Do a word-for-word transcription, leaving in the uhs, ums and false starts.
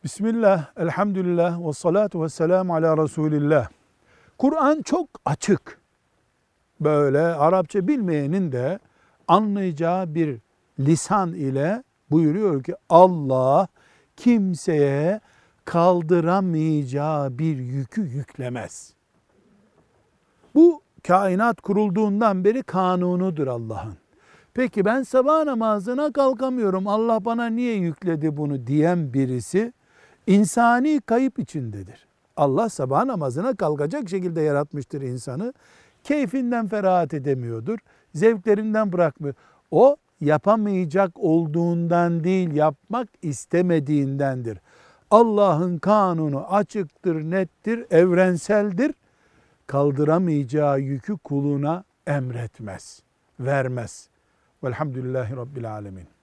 Bismillah, elhamdülillah, ve salatu ve selamu ala Resulillah. Kur'an çok açık. Böyle Arapça bilmeyenin de anlayacağı bir lisan ile buyuruyor ki Allah kimseye kaldıramayacağı bir yükü yüklemez. Bu kainat kurulduğundan beri kanunudur Allah'ın. Peki ben sabah namazına kalkamıyorum, Allah bana niye yükledi bunu diyen birisi insani kayıp içindedir. Allah sabah namazına kalkacak şekilde yaratmıştır insanı. Keyfinden ferahat edemiyordur. Zevklerinden bırakmıyor. O yapamayacak olduğundan değil, yapmak istemediğindendir. Allah'ın kanunu açıktır, nettir, evrenseldir. Kaldıramayacağı yükü kuluna emretmez, vermez. Velhamdülillahi Rabbil alemin.